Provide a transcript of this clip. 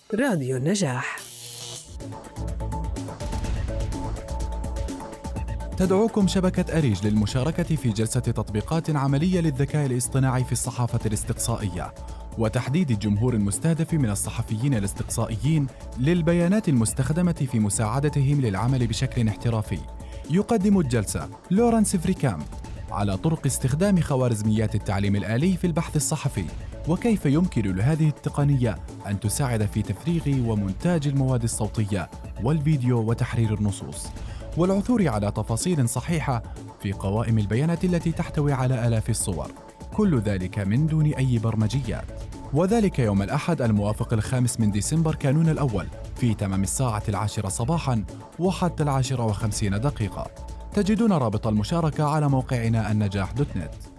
راديو النجاح. تدعوكم شبكة أريج للمشاركة في جلسة تطبيقات عملية للذكاء الاصطناعي في الصحافة الاستقصائية، وتحديد الجمهور المستهدف من الصحفيين الاستقصائيين للبيانات المستخدمة في مساعدتهم للعمل بشكل احترافي. يقدم الجلسة لورانس فريكام على طرق استخدام خوارزميات التعليم الآلي في البحث الصحفي، وكيف يمكن لهذه التقنية أن تساعد في تفريغ ومونتاج المواد الصوتية والفيديو وتحرير النصوص، والعثور على تفاصيل صحيحة في قوائم البيانات التي تحتوي على آلاف الصور، كل ذلك من دون أي برمجيات. وذلك يوم الأحد الموافق 5 ديسمبر كانون الأول في تمام 10:10 صباحاً وحتى 10:50. تجدون رابط المشاركة على موقعنا النجاح.net.